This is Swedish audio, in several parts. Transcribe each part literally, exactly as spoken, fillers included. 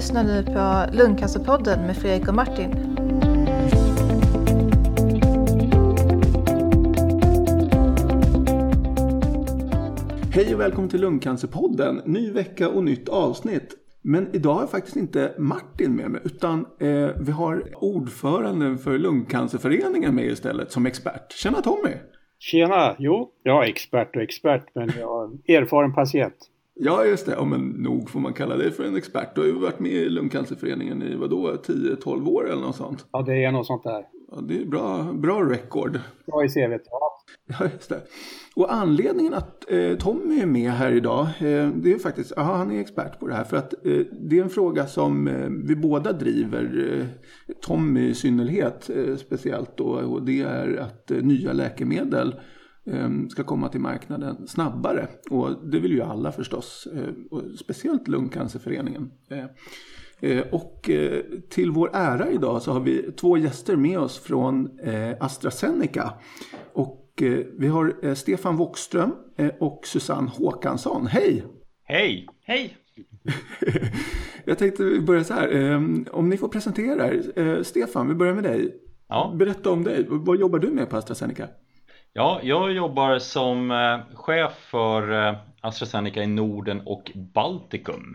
lyssnar nu på Lungcancerpodden med Fredrik och Martin. Hej och välkommen till Lungcancerpodden. Ny vecka och nytt avsnitt. Men idag har jag faktiskt inte Martin med mig, utan eh, vi har ordföranden för Lungcancerföreningen med istället som expert. Tjena Tommy! Tjena! Jo, jag är expert och expert, men jag är erfaren patient. Ja, just det. Ja, men nog får man kalla dig för en expert. Du har ju varit med i Lungcancerföreningen i vadå, tio tolv år eller något sånt. Ja, det är något sånt där. Ja, det är bra, bra record. Bra i C V:t, ja. Ja, just det. Och anledningen att eh, Tommy är med här idag, eh, det är faktiskt, aha, han är expert på det här. För att eh, det är en fråga som eh, vi båda driver, eh, Tommy i synnerhet eh, speciellt då. Och det är att eh, nya läkemedel ska komma till marknaden snabbare. Och det vill ju alla förstås. Och speciellt Lungcancerföreningen. Och till vår ära idag så har vi två gäster med oss från AstraZeneca. Och vi har Stefan Wåckström och Susanne Håkansson. Hej! Hej! Hej! Jag tänkte börja så här. Om ni får presentera er. Stefan, vi börjar med dig. Ja. Berätta om dig. Vad jobbar du med på AstraZeneca? Ja, jag jobbar som eh, chef för eh, AstraZeneca i Norden och Baltikum.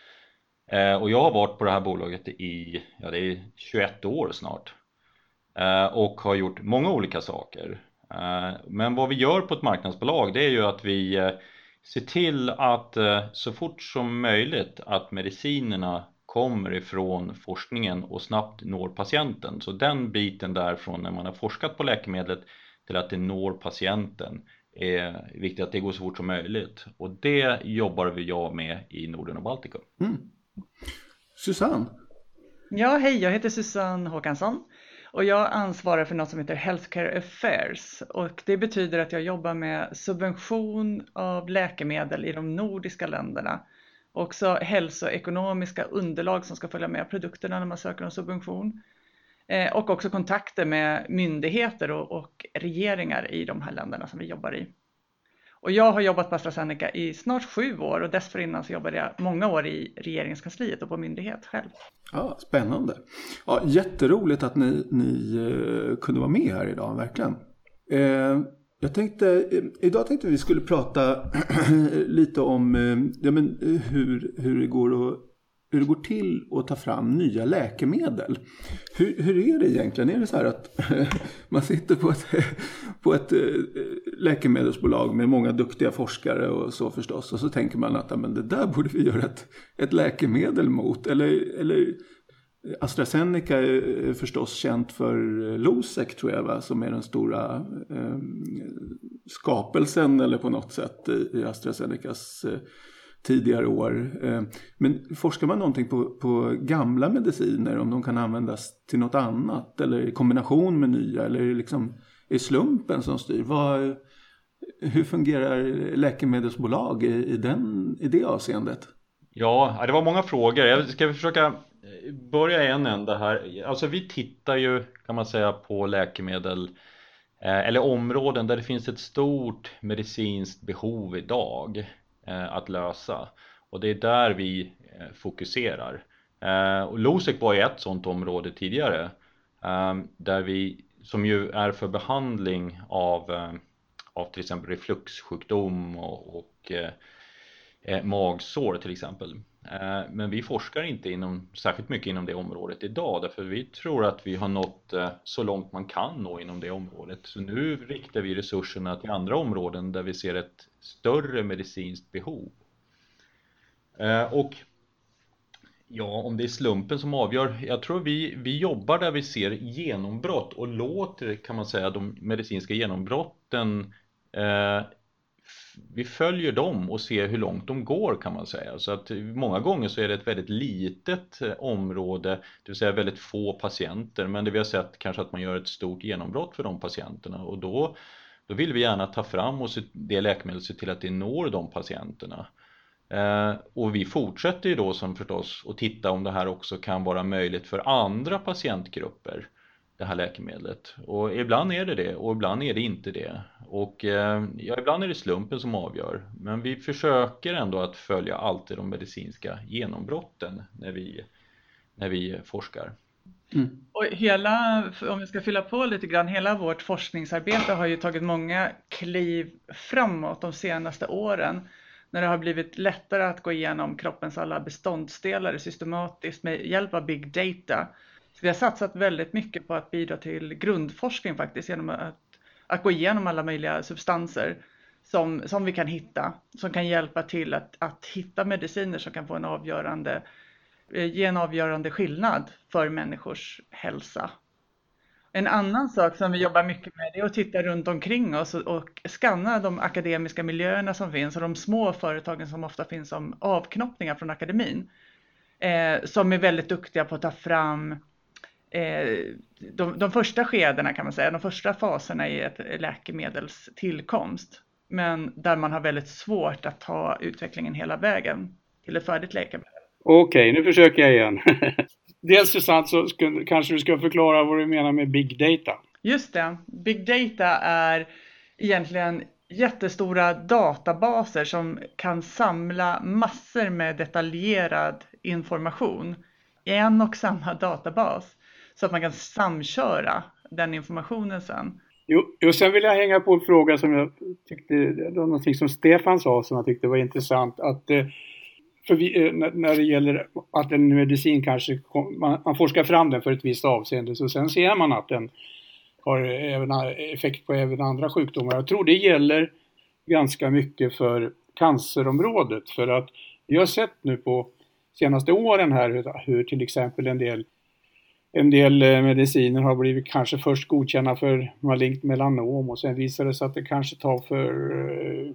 Eh, och jag har varit på det här bolaget i ja, det är tjugoett år snart. Eh, och har gjort många olika saker. Eh, men vad vi gör på ett marknadsbolag, det är ju att vi eh, ser till att eh, så fort som möjligt att medicinerna kommer ifrån forskningen och snabbt når patienten. Så den biten därifrån när man har forskat på läkemedlet till att det når patienten är viktigt att det går så fort som möjligt. Och det jobbar vi jag med i Norden och Baltikum. Mm. Susanne? Ja, hej, jag heter Susanne Håkansson och jag ansvarar för något som heter Healthcare Affairs. Och det betyder att jag jobbar med subvention av läkemedel i de nordiska länderna. Också hälsoekonomiska underlag som ska följa med produkterna när man söker om subvention. Och också kontakter med myndigheter och, och regeringar i de här länderna som vi jobbar i. Och jag har jobbat på AstraZeneca i snart sju år och dessförinnan så jobbade jag många år i regeringskansliet och på myndighet själv. Ja, spännande. Ja, jätteroligt att ni, ni uh, kunde vara med här idag, verkligen. Uh, jag tänkte, uh, idag tänkte vi skulle prata lite om uh, ja, men, uh, hur, hur det går att hur det går till att ta fram nya läkemedel. Hur, hur är det egentligen? Är det så här att man sitter på ett, på ett läkemedelsbolag med många duktiga forskare och så förstås, och så tänker man att men det där borde vi göra ett, ett läkemedel mot? Eller, eller AstraZeneca är förstås känt för Losec, tror jag, va? Som är den stora eh, skapelsen eller på något sätt i, i AstraZenecas eh, tidigare år. Men forskar man någonting på, på gamla mediciner, om de kan användas till något annat eller i kombination med nya, eller liksom är slumpen som styr? Vad, hur fungerar läkemedelsbolag i, i, den, i det avseendet? Ja, det var många frågor. Jag ska försöka börja i en ända här. Alltså vi tittar ju, kan man säga, på läkemedel eller områden där det finns ett stort medicinskt behov idag att lösa, och det är där vi fokuserar. Och Losec var ju ett sådant område tidigare, där vi, som ju är för behandling av, av till exempel refluxsjukdom och, och eh, magsår till exempel. Men vi forskar inte inom, särskilt mycket inom det området idag, därför vi tror att vi har nått så långt man kan nå inom det området. Så nu riktar vi resurserna till andra områden där vi ser ett större medicinskt behov. Och ja, om det är slumpen som avgör, jag tror vi, vi jobbar där vi ser genombrott och låter, kan man säga, de medicinska genombrotten, eh, vi följer dem och ser hur långt de går, kan man säga. Så att många gånger så är det ett väldigt litet område, det vill säga väldigt få patienter, men det vi har sett kanske att man gör ett stort genombrott för de patienterna, och då, då vill vi gärna ta fram och se det läkemedel, se till att det når de patienterna. Eh, och vi fortsätter ju då som förstås att titta om det här också kan vara möjligt för andra patientgrupper, det här läkemedlet. Och ibland är det det och ibland är det inte det. Och eh, ja, ibland är det slumpen som avgör. Men vi försöker ändå att följa alltid de medicinska genombrotten när vi när vi forskar. Mm. Och hela, om vi ska fylla på lite grann, hela vårt forskningsarbete har ju tagit många kliv framåt de senaste åren. När det har blivit lättare att gå igenom kroppens alla beståndsdelar systematiskt med hjälp av big data. Så vi har satsat väldigt mycket på att bidra till grundforskning faktiskt genom att, att gå igenom alla möjliga substanser som, som vi kan hitta. Som kan hjälpa till att, att hitta mediciner som kan få en avgörande, ge en avgörande skillnad för människors hälsa. En annan sak som vi jobbar mycket med är att titta runt omkring oss och, och skanna de akademiska miljöerna som finns och de små företagen som ofta finns som avknoppningar från akademin. Eh, som är väldigt duktiga på att ta fram eh, de, de första skedena kan man säga, de första faserna i ett läkemedels tillkomst. Men där man har väldigt svårt att ta utvecklingen hela vägen till ett färdigt läkemedel. Okej, nu försöker jag igen. Dels Susanne, så ska, kanske du ska förklara vad du menar med big data. Just det. Big data är egentligen jättestora databaser som kan samla massor med detaljerad information i en och samma databas. Så att man kan samköra den informationen sen. Jo, och sen vill jag hänga på en fråga som jag tyckte, det var någonting som Stefan sa som jag tyckte var intressant. Att för vi, när det gäller att en medicin kanske, man, man forskar fram den för ett visst avseende, så sen ser man att den har även effekt på även andra sjukdomar. Jag tror det gäller ganska mycket för cancerområdet, för att vi har sett nu på senaste åren här hur, hur till exempel en del En del mediciner har blivit kanske först godkända för malignt melanom och sen visar det sig att det kanske tar för uh,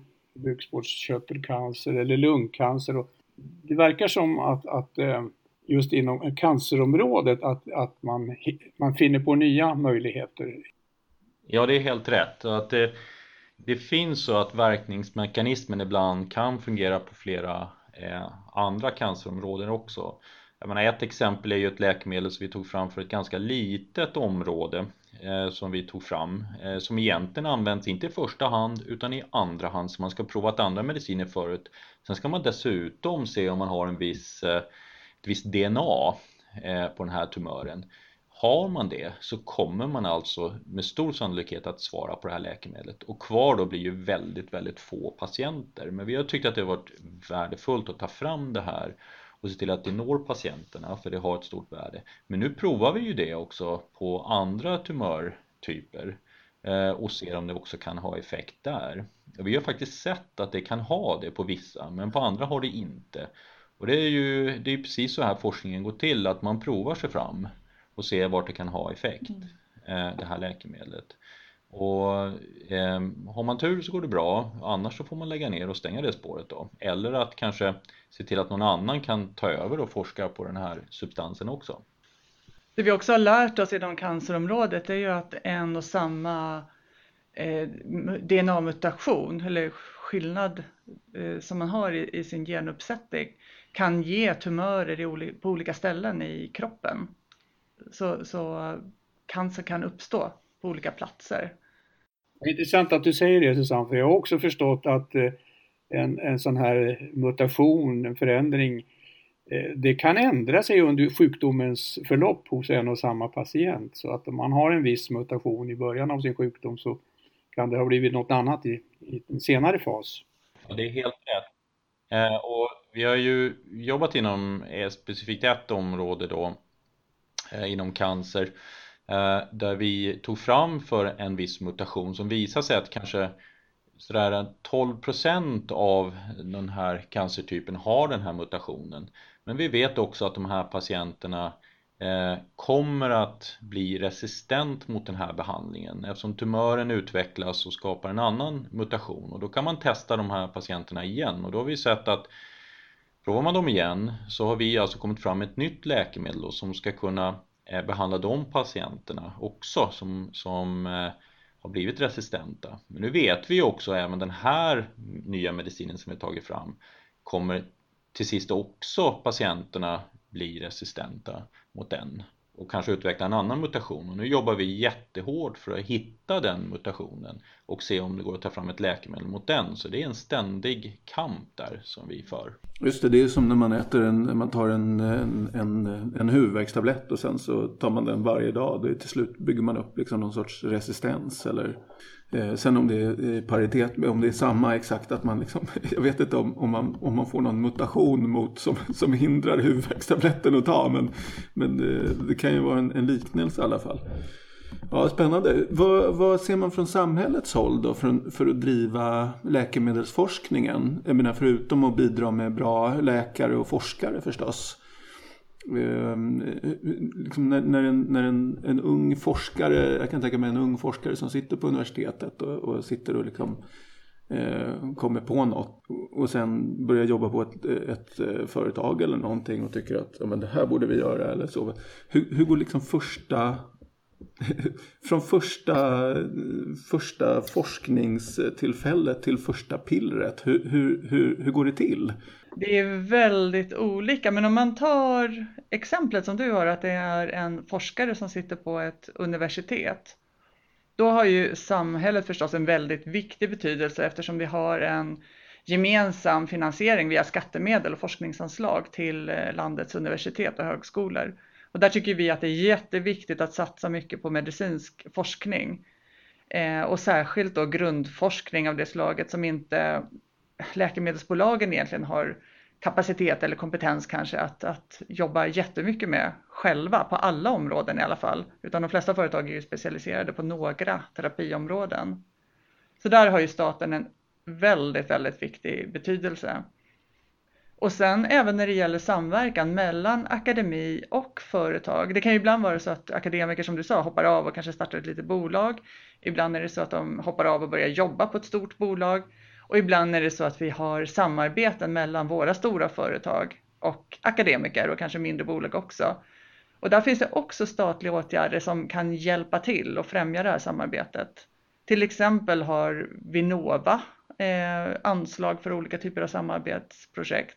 bukspottkörtelcancer eller lungcancer. Och det verkar som att, att uh, just inom cancerområdet att, att man, man finner på nya möjligheter. Ja, det är helt rätt. Att det, det finns så att verkningsmekanismen ibland kan fungera på flera eh, andra cancerområden också. Jag menar, ett exempel är ju ett läkemedel som vi tog fram för ett ganska litet område eh, som vi tog fram. Eh, som egentligen används inte i första hand utan i andra hand. Så man ska prova att andra mediciner förut. Sen ska man dessutom se om man har en viss, eh, ett visst D N A eh, på den här tumören. Har man det så kommer man alltså med stor sannolikhet att svara på det här läkemedlet. Och kvar då blir ju väldigt, väldigt få patienter. Men vi har tyckt att det har varit värdefullt att ta fram det här och se till att det når patienterna, för det har ett stort värde. Men nu provar vi ju det också på andra tumörtyper eh, och ser om det också kan ha effekt där. Och vi har faktiskt sett att det kan ha det på vissa, men på andra har det inte. Och det är ju det är precis så här forskningen går till, att man provar sig fram och ser vart det kan ha effekt, eh, det här läkemedlet. Och eh, har man tur så går det bra, annars så får man lägga ner och stänga det spåret då. Eller att kanske se till att någon annan kan ta över och forska på den här substansen också. Det vi också har lärt oss inom cancerområdet är ju att en och samma eh, D N A-mutation eller skillnad eh, som man har i, i sin genuppsättning kan ge tumörer i oli- på olika ställen i kroppen. Så, så cancer kan uppstå på olika platser. Det är intressant att du säger det, Susanne, för jag har också förstått att en, en sån här mutation, en förändring, det kan ändra sig under sjukdomens förlopp hos en och samma patient. Så att om man har en viss mutation i början av sin sjukdom så kan det ha blivit något annat i, i en senare fas. Ja, det är helt rätt. Eh, och vi har ju jobbat inom specifikt ett område då, eh, inom cancer. Där vi tog fram för en viss mutation som visar sig att kanske sådär tolv procent av den här cancertypen har den här mutationen. Men vi vet också att de här patienterna eh, kommer att bli resistent mot den här behandlingen. Eftersom tumören utvecklas och skapar en annan mutation. Och då kan man testa de här patienterna igen. Och då har vi sett att provar man dem igen så har vi alltså kommit fram med ett nytt läkemedel då, som ska kunna behandla de patienterna också som, som eh, har blivit resistenta. Men nu vet vi också även den här nya medicinen som vi tagit fram kommer till sist också patienterna bli resistenta mot den. och kanske utveckla en annan mutation. Och nu jobbar vi jättehårt för att hitta den mutationen och se om det går att ta fram ett läkemedel mot den. Så det är en ständig kamp där som vi för. Just det, det är som när man äter en, man tar en, en, en, en huvudvärkstablett och sen så tar man den varje dag. Då till slut bygger man upp liksom någon sorts resistens. Eller, eh, sen om det är paritet, om det är samma exakt att man liksom, jag vet inte om, om, man, om man får någon mutation mot, som, som hindrar huvudvärkstabletten att ta. Men, men eh, det kan ju vara en, en liknelse i alla fall. Ja, spännande. Vad, vad ser man från samhällets håll då för, för att driva läkemedelsforskningen? Jag menar, förutom att bidra med bra läkare och forskare förstås. Eh, liksom när, när, en, när en, en ung forskare, jag kan tänka mig en ung forskare som sitter på universitetet och, och sitter och liksom eh, kommer på något och sen börjar jobba på ett, ett företag eller någonting och tycker att ja, men det här borde vi göra eller så. Hur, hur går liksom första... Från första, första forskningstillfället till första pillret, hur, hur, hur, hur går det till? Det är väldigt olika, men om man tar exemplet som du har, att det är en forskare som sitter på ett universitet, då har ju samhället förstås en väldigt viktig betydelse eftersom vi har en gemensam finansiering via skattemedel och forskningsanslag till landets universitet och högskolor. Och där tycker vi att det är jätteviktigt att satsa mycket på medicinsk forskning. Eh, och särskilt då grundforskning av det slaget som inte läkemedelsbolagen egentligen har kapacitet eller kompetens kanske att, att jobba jättemycket med själva på alla områden i alla fall. Utan de flesta företag är ju specialiserade på några terapiområden. Så där har ju staten en väldigt, väldigt viktig betydelse. Och sen även när det gäller samverkan mellan akademi och företag. Det kan ju ibland vara så att akademiker som du sa hoppar av och kanske startar ett litet bolag. Ibland är det så att de hoppar av och börjar jobba på ett stort bolag. Och ibland är det så att vi har samarbeten mellan våra stora företag och akademiker och kanske mindre bolag också. Och där finns det också statliga åtgärder som kan hjälpa till och främja det här samarbetet. Till exempel har Vinnova eh, anslag för olika typer av samarbetsprojekt.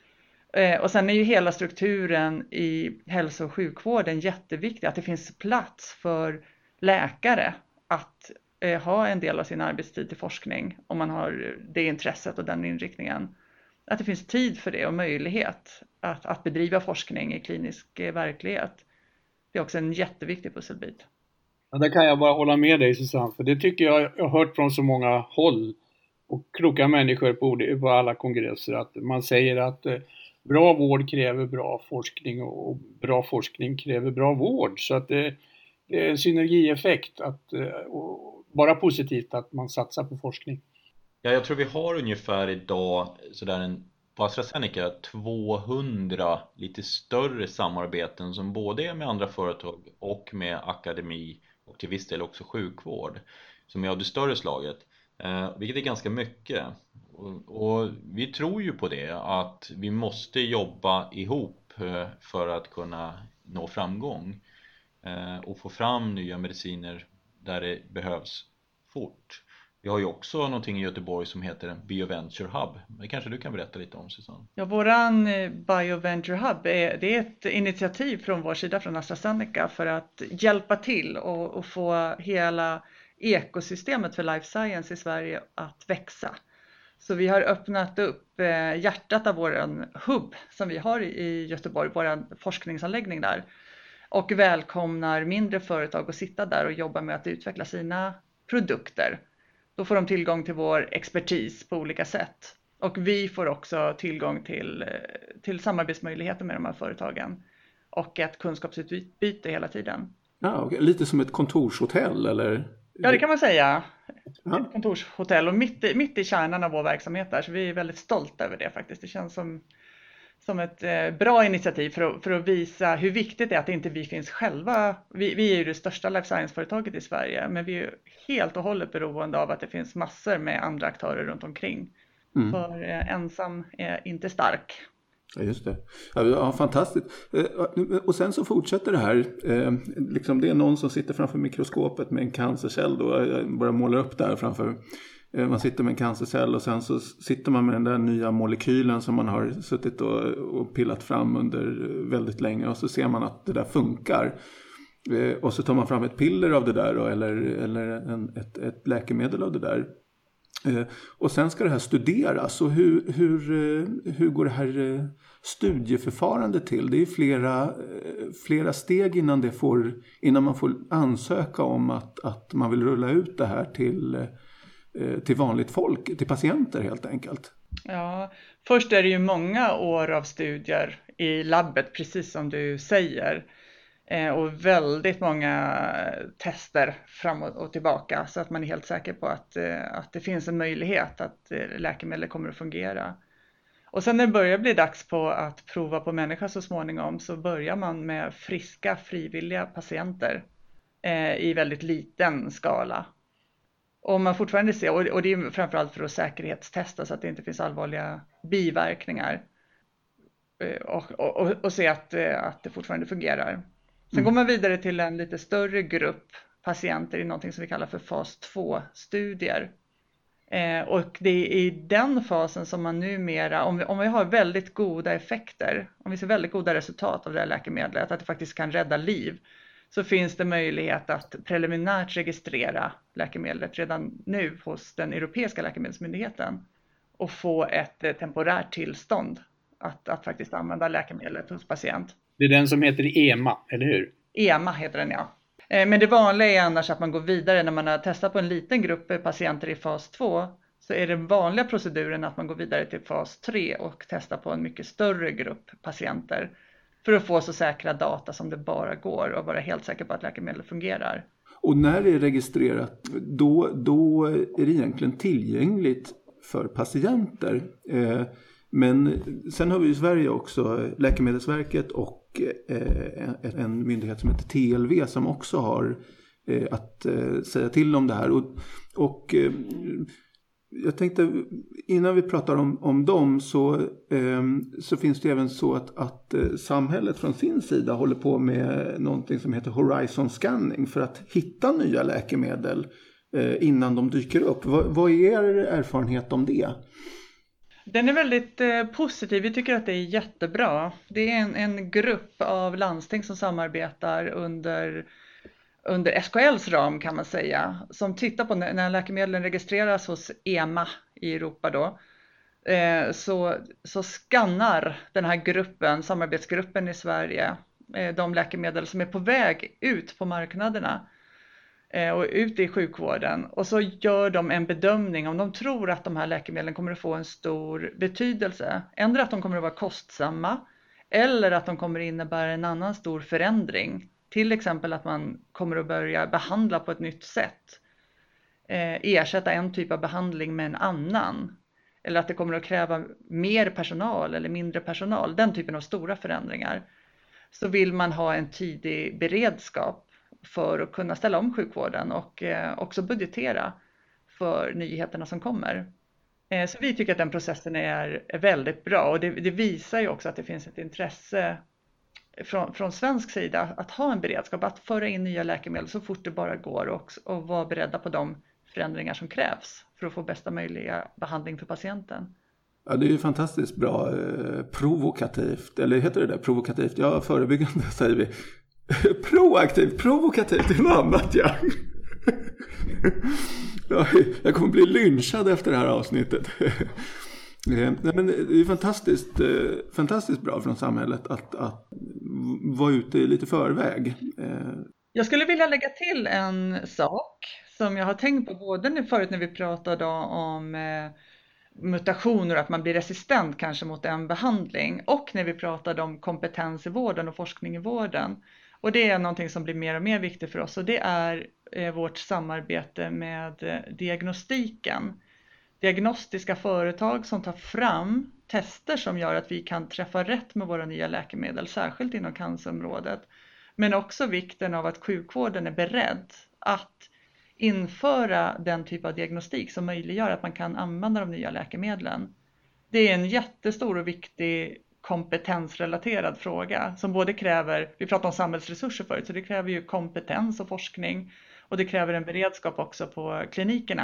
Och sen är ju hela strukturen i hälso- och sjukvården jätteviktig. Att det finns plats för läkare att eh, ha en del av sin arbetstid till forskning. Om man har det intresset och den inriktningen. Att det finns tid för det och möjlighet att, att bedriva forskning i klinisk eh, verklighet. Det är också en jätteviktig pusselbit. Ja, där kan jag bara hålla med dig Susanne. För det tycker jag jag har hört från så många håll. Och kloka människor på, på alla kongresser. Att man säger att eh, bra vård kräver bra forskning och bra forskning kräver bra vård. Så att det, det är en synergieffekt. Att, och bara positivt att man satsar på forskning. Ja, jag tror vi har ungefär idag sådär en, på AstraZeneca tvåhundra lite större samarbeten som både är med andra företag och med akademi och till viss del också sjukvård som är av det större slaget. Eh, vilket är ganska mycket. Och, och vi tror ju på det, att vi måste jobba ihop för att kunna nå framgång eh, och få fram nya mediciner där det behövs fort. Vi har ju också någonting i Göteborg som heter BioVenture Hub. Det kanske du kan berätta lite om, Susanne? Ja, våran BioVenture Hub är, det är ett initiativ från vår sida, från AstraZeneca, för att hjälpa till och, och få hela ekosystemet för life science i Sverige att växa. Så vi har öppnat upp eh, hjärtat av vår hub som vi har i Göteborg, vår forskningsanläggning där. Och välkomnar mindre företag att sitta där och jobba med att utveckla sina produkter. Då får de tillgång till vår expertis på olika sätt. Och vi får också tillgång till, till samarbetsmöjligheter med de här företagen. Och ett kunskapsutbyte hela tiden. Ja, okay. Lite som ett kontorshotell eller? Ja, det kan man säga. Ja. Ett kontorshotell och mitt i, mitt i kärnan av vår verksamhet där. Så vi är väldigt stolta över det faktiskt. Det känns som, som ett eh, bra initiativ för att, för att visa hur viktigt det är att inte vi finns själva. Vi, vi är ju det största life science-företaget i Sverige. Men vi är helt och hållet beroende av att det finns massor med andra aktörer runt omkring. Mm. För eh, ensam är inte stark. Ja, just det. Ja, fantastiskt. Och sen så fortsätter det här. Liksom det är någon som sitter framför mikroskopet med en cancercell och bara målar upp där framför Man sitter med en cancercell och sen så sitter man med den där nya molekylen som man har suttit och, och pillat fram under väldigt länge. Och så ser man att det där funkar. Och så tar man fram ett piller av det där då, eller, eller en, ett, ett läkemedel av det där. Och sen ska det här studeras. Och hur, hur, hur går det här studieförfarandet till? Det är flera, flera steg innan, det får, innan man får ansöka om att, att man vill rulla ut det här till, till vanligt folk, till patienter helt enkelt. Ja, först är det ju många år av studier i labbet, precis som du säger. Och väldigt många tester fram och tillbaka så att man är helt säker på att, att det finns en möjlighet att läkemedel kommer att fungera. Och sen när det börjar bli dags på att prova på människa så småningom så börjar man med friska frivilliga patienter eh, i väldigt liten skala. Och man fortfarande ser, och, och det är framförallt för att säkerhetstesta så att det inte finns allvarliga biverkningar. Eh, och, och, och se att, att det fortfarande fungerar. Sen mm. går man vidare till en lite större grupp patienter i någonting som vi kallar för fas två-studier. Eh, och det är i den fasen som man numera, om vi, om vi har väldigt goda effekter, om vi ser väldigt goda resultat av det här läkemedlet, att det faktiskt kan rädda liv, så finns det möjlighet att preliminärt registrera läkemedlet redan nu hos den europeiska läkemedelsmyndigheten och få ett eh, temporärt tillstånd att, att faktiskt använda läkemedlet hos patient. Det är den som heter E M A, eller hur? E M A heter den, ja. Men det vanliga är annars att man går vidare när man har testat på en liten grupp patienter i fas två, så är den vanliga proceduren att man går vidare till fas tre och testar på en mycket större grupp patienter för att få så säkra data som det bara går och vara helt säker på att läkemedel fungerar. Och när det är registrerat, då, då är det egentligen tillgängligt för patienter. Eh, men sen har vi i Sverige också Läkemedelsverket och eh, en myndighet som heter T L V som också har eh, att eh, säga till om det här. Och, och eh, jag tänkte, innan vi pratar om, om dem så, eh, så finns det även så att, att eh, samhället från sin sida håller på med någonting som heter Horizon Scanning för att hitta nya läkemedel eh, innan de dyker upp. Vad, vad är er erfarenhet om det? Den är väldigt eh, positiv. Vi tycker att det är jättebra. Det är en, en grupp av landsting som samarbetar under, under S K L:s ram kan man säga. Som tittar på när, när läkemedlen registreras hos E M A i Europa då. Eh, så, så skannar den här gruppen, samarbetsgruppen i Sverige, eh, de läkemedel som är på väg ut på marknaderna. Och ut i sjukvården, och så gör de en bedömning om de tror att de här läkemedlen kommer att få en stor betydelse. Ändå att de kommer att vara kostsamma eller att de kommer att innebära en annan stor förändring. Till exempel att man kommer att börja behandla på ett nytt sätt. Eh, ersätta en typ av behandling med en annan. Eller att det kommer att kräva mer personal eller mindre personal. Den typen av stora förändringar. Så vill man ha en tidig beredskap för att kunna ställa om sjukvården och eh, också budgetera för nyheterna som kommer. Eh, så vi tycker att den processen är, är väldigt bra, och det, det visar ju också att det finns ett intresse från, från svensk sida att ha en beredskap, att föra in nya läkemedel så fort det bara går och, och vara beredda på de förändringar som krävs för att få bästa möjliga behandling för patienten. Ja, det är ju fantastiskt bra, eh, provokativt, eller heter det där provokativt? Ja, förebyggande säger vi. Proaktivt, provokativt, det är något annat, ja. Jag kommer bli lynchad efter det här avsnittet. Nej, men det är fantastiskt, fantastiskt bra från samhället att, att vara ute lite förväg. Jag skulle vilja lägga till en sak som jag har tänkt på både nu förut när vi pratade om mutationer, att man blir resistent kanske mot en behandling, och när vi pratade om kompetens i vården och forskning i vården. Och det är någonting som blir mer och mer viktigt för oss, och det är eh, vårt samarbete med eh, diagnostiken. Diagnostiska företag som tar fram tester som gör att vi kan träffa rätt med våra nya läkemedel, särskilt inom cancerområdet. Men också vikten av att sjukvården är beredd att införa den typ av diagnostik som möjliggör att man kan använda de nya läkemedlen. Det är en jättestor och viktig kompetensrelaterad fråga som både kräver, vi pratar om samhällsresurser förut, så det kräver ju kompetens och forskning, och det kräver en beredskap också på klinikerna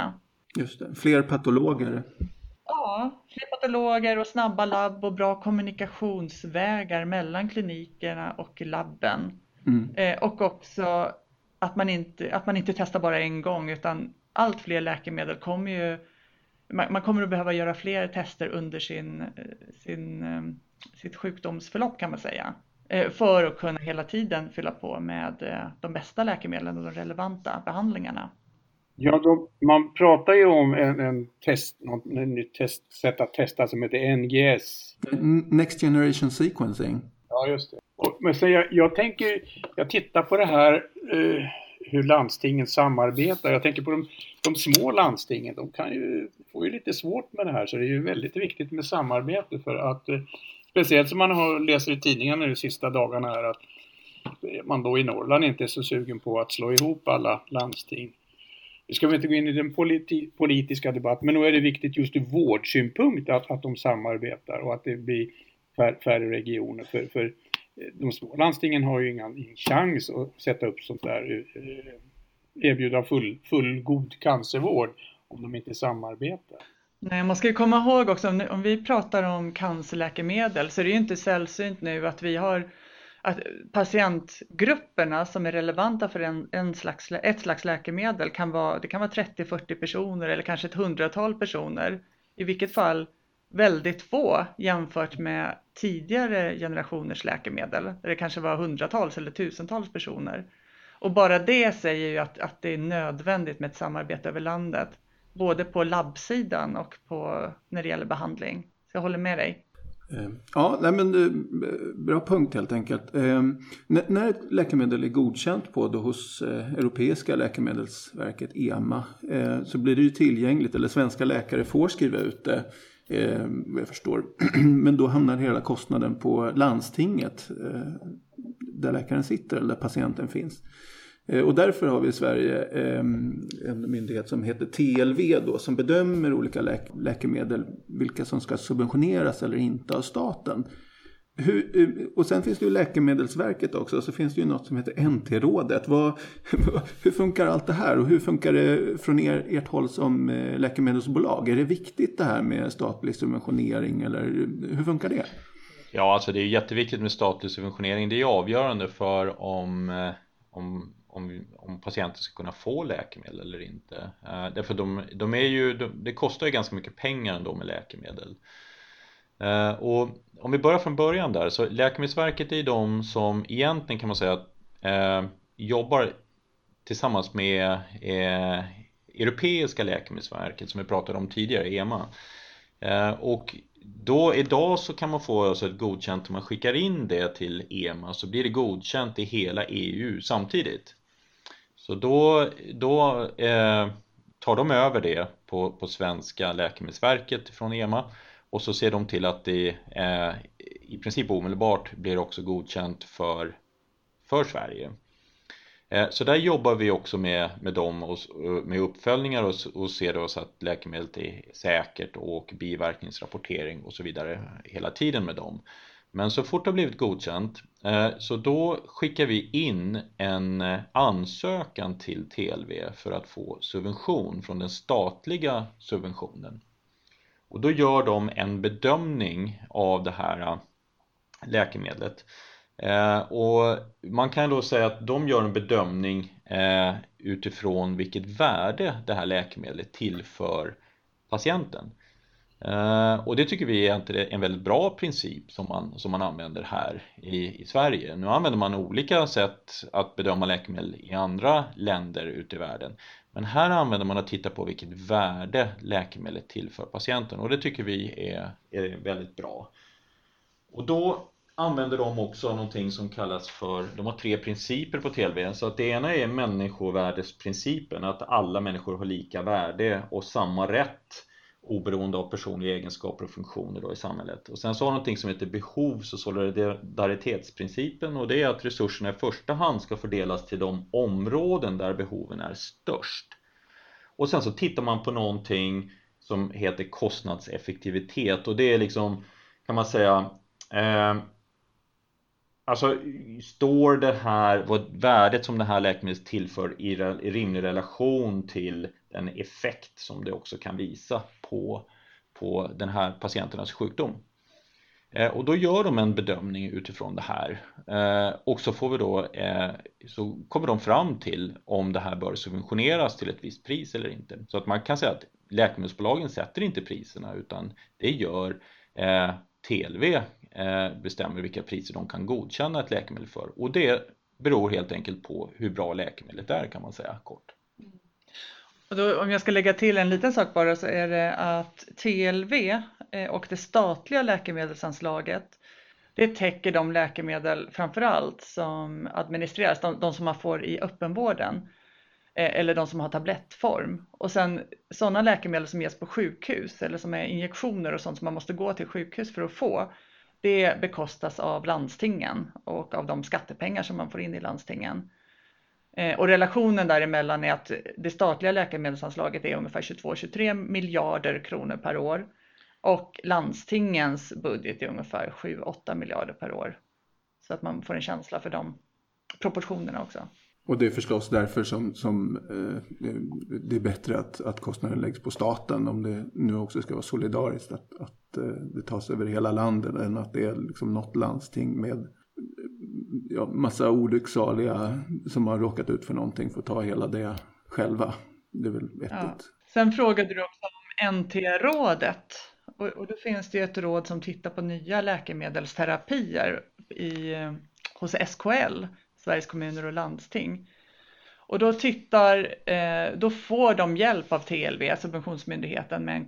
Just det, fler patologer. Ja, fler patologer och snabba labb och bra kommunikationsvägar mellan klinikerna och labben. Mm. Eh, och också att man, inte, att man inte testar bara en gång, utan allt fler läkemedel kommer ju, man, man kommer att behöva göra fler tester under sin, sin, sitt sjukdomsförlopp kan man säga. Eh, för att kunna hela tiden fylla på med eh, de bästa läkemedlen och de relevanta behandlingarna. Ja, då, man pratar ju om en, en test, något, en nytt test, sätt att testa som heter N G S. Next Generation Sequencing. Ja, just det. Och, men sen jag, jag tänker, jag tittar på det här eh, hur landstingen samarbetar. Jag tänker på de, de små landstingen, de kan ju, får ju lite svårt med det här, så det är ju väldigt viktigt med samarbete för att, eh, speciellt som man har läser i tidningarna de sista dagarna här, att man då i Norrland inte är så sugen på att slå ihop alla landsting. Vi ska inte gå in i den politi- politiska debatten, men nu är det viktigt just ur vårdsynpunkt att, att de samarbetar och att det blir fär, färre regioner. För, för de små landstingen har ju ingen, ingen chans att sätta upp sånt där, erbjuda full, full god cancervård om de inte samarbetar. Nej, man ska ju komma ihåg också, om, om vi pratar om cancerläkemedel så är det ju inte sällsynt nu att vi har att patientgrupperna som är relevanta för en, en slags, ett slags läkemedel kan vara, det kan vara trettio till fyrtio personer eller kanske ett hundratal personer. I vilket fall väldigt få jämfört med tidigare generationers läkemedel. Där det kanske var hundratals eller tusentals personer. Och bara det säger ju att, att det är nödvändigt med ett samarbete över landet. Både på labbsidan och på, när det gäller behandling. Så jag håller med dig. Ja, nej men bra punkt helt enkelt. Eh, när ett läkemedel är godkänt på då hos eh, Europeiska läkemedelsverket E M A eh, så blir det ju tillgängligt, eller svenska läkare får skriva ut det, eh, vad jag förstår. Men då hamnar hela kostnaden på landstinget eh, där läkaren sitter eller där patienten finns. Och därför har vi i Sverige en myndighet som heter T L V då, som bedömer olika läk- läkemedel, vilka som ska subventioneras eller inte av staten. Hur, och sen finns det ju Läkemedelsverket också, så finns det ju något som heter N T-rådet. Vad, hur funkar allt det här och hur funkar det från er, ert håll som läkemedelsbolag? Är det viktigt det här med statlig subventionering eller hur funkar det? Ja, alltså det är jätteviktigt med statlig subventionering. Det är avgörande för om, om Om, om patienter ska kunna få läkemedel eller inte. Uh, därför de, de är ju, de, det kostar ju ganska mycket pengar ändå med läkemedel. Uh, och om vi börjar från början där, så Läkemedelsverket är de som egentligen kan man säga uh, jobbar tillsammans med uh, Europeiska läkemedelsverket som vi pratade om tidigare, E M A. Uh, och då idag så kan man få alltså ett godkänt, om man skickar in det till E M A så blir det godkänt i hela E U samtidigt. Så då, då eh, tar de över det på, på svenska läkemedelsverket från E M A och så ser de till att det eh, i princip omedelbart blir också godkänt för, för Sverige. Eh, så där jobbar vi också med, med dem och med uppföljningar och, och ser då så att läkemedlet är säkert och biverkningsrapportering och så vidare hela tiden med dem. Men så fort det har blivit godkänt så då skickar vi in en ansökan till T L V för att få subvention från den statliga subventionen. Och då gör de en bedömning av det här läkemedlet. Och man kan då säga att de gör en bedömning utifrån vilket värde det här läkemedlet tillför patienten. Uh, och det tycker vi är en väldigt bra princip som man, som man använder här i, i Sverige. Nu använder man olika sätt att bedöma läkemedel i andra länder ute i världen. Men här använder man att titta på vilket värde läkemedlet tillför patienten. Och det tycker vi är, är väldigt bra. Och då använder de också någonting som kallas för, de har tre principer på T L V. Så att det ena är människovärdesprincipen, att alla människor har lika värde och samma rätt oberoende av personliga egenskaper och funktioner då i samhället. Och sen så har någonting som heter behovs- och solidaritetsprincipen, och det är att resurserna i första hand ska fördelas till de områden där behoven är störst. Och sen så tittar man på någonting som heter kostnadseffektivitet, och det är liksom, kan man säga, eh, alltså står det här, vad värdet som det här läkemedlet tillför i, i rimlig relation till den effekt som det också kan visa på, på den här patienternas sjukdom. Eh, och då gör de en bedömning utifrån det här. Eh, och så, får vi då, eh, så kommer de fram till om det här bör subventioneras till ett visst pris eller inte. Så att man kan säga att läkemedelsbolagen sätter inte priserna, utan det gör eh, T L V eh, bestämmer vilka priser de kan godkänna ett läkemedel för. Och det beror helt enkelt på hur bra läkemedlet är, kan man säga kort. Och då, om jag ska lägga till en liten sak bara, så är det att T L V och det statliga läkemedelsanslaget, det täcker de läkemedel framförallt som administreras, de, de som man får i öppenvården eller de som har tablettform. Och sen sådana läkemedel som ges på sjukhus eller som är injektioner och sånt som man måste gå till sjukhus för att få, det bekostas av landstingen och av de skattepengar som man får in i landstingen. Och relationen däremellan är att det statliga läkemedelsanslaget är ungefär tjugotvå till tjugotre miljarder kronor per år. Och landstingens budget är ungefär sju till åtta miljarder per år. Så att man får en känsla för de proportionerna också. Och det är förstås därför som, som eh, det är bättre att, att kostnaden läggs på staten, om det nu också ska vara solidariskt, att, att eh, det tas över hela landet, än att det är liksom något landsting med ja, massa olycksaliga som har råkat ut för någonting får ta hela det själva. Det är väl vettigt. Ja. Sen frågade du också om N T-rådet. Och, och då finns det ett råd som tittar på nya läkemedelsterapier i, hos S K L, Sveriges kommuner och landsting. Och då tittar, eh, då får de hjälp av T L V, subventionsmyndigheten, med en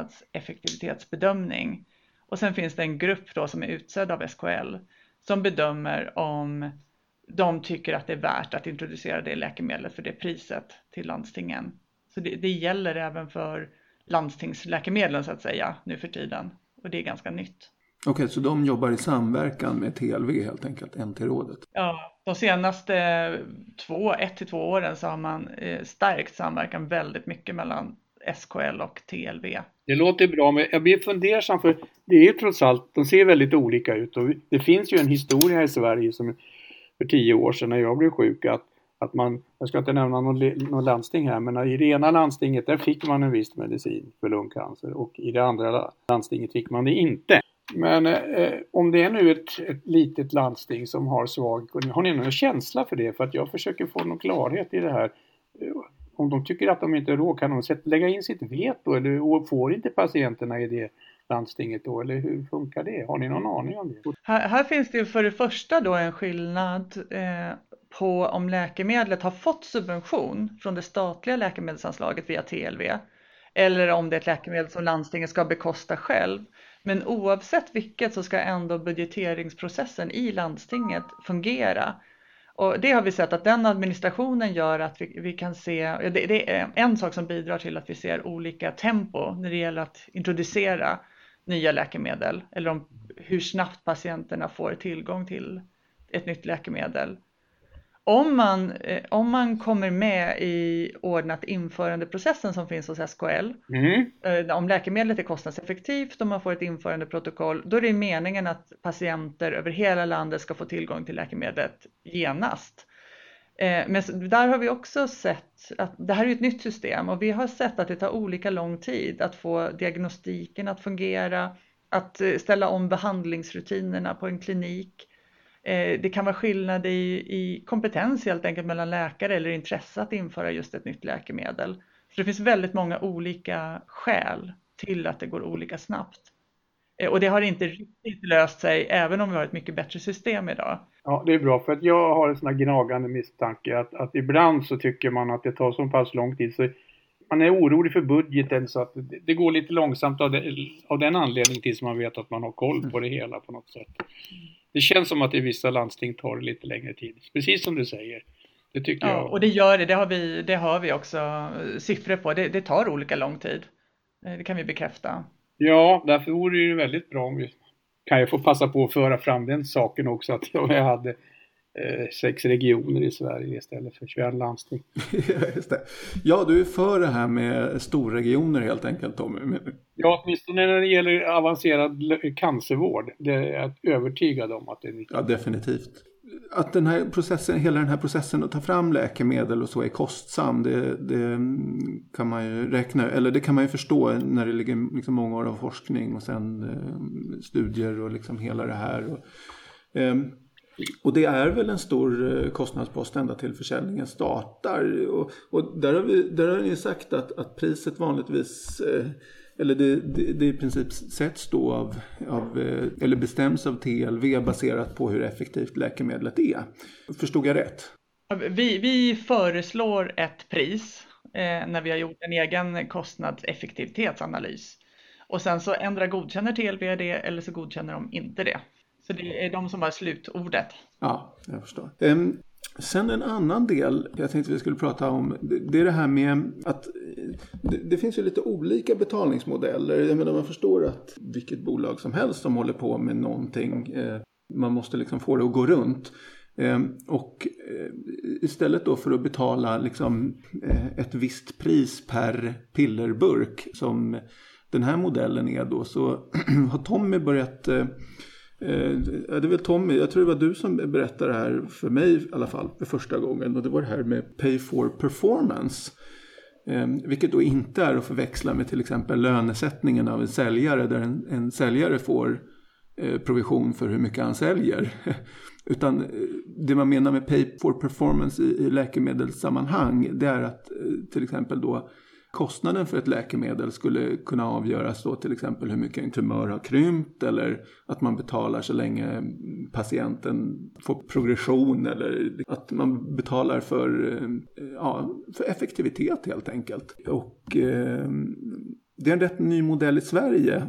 kostnadseffektivitetsbedömning. Och sen finns det en grupp då som är utsedd av S K L som bedömer om de tycker att det är värt att introducera det läkemedlet för det priset till landstingen. Så det, det gäller även för landstingsläkemedlen så att säga nu för tiden. Och det är ganska nytt. Okej, okay, så de jobbar i samverkan med T L V helt enkelt, N T-rådet? Ja, de senaste två, ett till två åren så har man eh, stärkt samverkan väldigt mycket mellan S K L och T L V. Det låter bra, men jag blir fundersam, för det är ju trots allt, de ser väldigt olika ut. Och det finns ju en historia i Sverige som för tio år sedan när jag blev sjuk, att, att man, jag ska inte nämna någon, någon landsting här, men i det ena landstinget där fick man en viss medicin för lungcancer och i det andra landstinget fick man det inte. Men eh, om det är nu ett, ett litet landsting som har svag, har ni någon känsla för det? För att jag försöker få någon klarhet i det här. Om de tycker att de inte är råd, kan de lägga in sitt veto, eller får inte patienterna i det landstinget då, eller hur funkar det? Har ni någon aning om det? Här, här finns det ju för det första då en skillnad eh, på om läkemedlet har fått subvention från det statliga läkemedelsanslaget via T L V, eller om det är ett läkemedel som landstinget ska bekosta själv. Men oavsett vilket så ska ändå budgeteringsprocessen i landstinget fungera. Och det har vi sett att den administrationen gör att vi, vi kan se, det, det är en sak som bidrar till att vi ser olika tempo när det gäller att introducera nya läkemedel. Eller om hur snabbt patienterna får tillgång till ett nytt läkemedel. Om man, om man kommer med i ordnat införandeprocessen som finns hos S K L, mm. om läkemedlet är kostnadseffektivt och man får ett införandeprotokoll, då är det meningen att patienter över hela landet ska få tillgång till läkemedlet genast. Men där har vi också sett att det här är ett nytt system och vi har sett att det tar olika lång tid att få diagnostiken att fungera, att ställa om behandlingsrutinerna på en klinik. Det kan vara skillnad i, i kompetens helt enkelt mellan läkare eller intresse att införa just ett nytt läkemedel. Så det finns väldigt många olika skäl till att det går olika snabbt. Och det har inte riktigt löst sig även om vi har ett mycket bättre system idag. Ja, det är bra, för att jag har en sån här gnagande misstanke att, att ibland så tycker man att det tar så pass lång tid så man är orolig för budgeten, så att det, det går lite långsamt av, det, av den anledningen tills man vet att man har koll på det hela på något sätt. Det känns som att i vissa landsting tar det lite längre tid. Precis som du säger. Det tycker ja, jag. Och det gör det. Det har vi, det har vi också siffror på. Det, det tar olika lång tid. Det kan vi bekräfta. Ja, därför vore det ju väldigt bra om vi kan jag få passa på att föra fram den saken också. Att jag hade eh, sex regioner i Sverige istället för tjugoett landsting. Just det. Ja, du är för det här med storregioner helt enkelt, Tommy. Ja, åtminstone när det gäller avancerad cancervård. Det är jag övertygad om att det är nyttigt. Ja, definitivt. att den här processen, hela den här processen att ta fram läkemedel och så är kostsam, det, det kan man ju räkna, eller det kan man ju förstå när det ligger liksom många år av forskning och sen eh, studier och liksom hela det här. Och, eh, och det är väl en stor eh, kostnadspost ända till försäljningen startar. Och, och där har vi, där har ni sagt att, att priset vanligtvis... Eh, Eller det, det, det i princip sätts då av, av, eller bestäms av T L V baserat på hur effektivt läkemedlet är. Förstod jag rätt? Vi, vi föreslår ett pris eh, när vi har gjort en egen kostnadseffektivitetsanalys. Och sen så ändrar godkänner T L V det eller så godkänner de inte det. Så det är de som har slutordet. Ja, jag förstår. Um, Sen en annan del jag tänkte vi skulle prata om, det är det här med att det, det finns ju lite olika betalningsmodeller. Jag menar, man förstår att vilket bolag som helst som håller på med någonting, eh, man måste liksom få det att gå runt. Eh, och eh, istället då för att betala liksom, eh, ett visst pris per pillerburk som den här modellen är då, så har Tommy börjat... Eh, det är väl Tommy, jag tror det var du som berättade det här för mig i alla fall för första gången, och det var det här med pay for performance, eh, vilket då inte är att förväxla med till exempel lönesättningen av en säljare där en, en säljare får eh, provision för hur mycket han säljer, utan det man menar med pay for performance i, i läkemedelssammanhang, det är att eh, till exempel då kostnaden för ett läkemedel skulle kunna avgöras då till exempel hur mycket en tumör har krympt, eller att man betalar så länge patienten får progression, eller att man betalar för, ja, för effektivitet helt enkelt. Och eh, det är en rätt ny modell i Sverige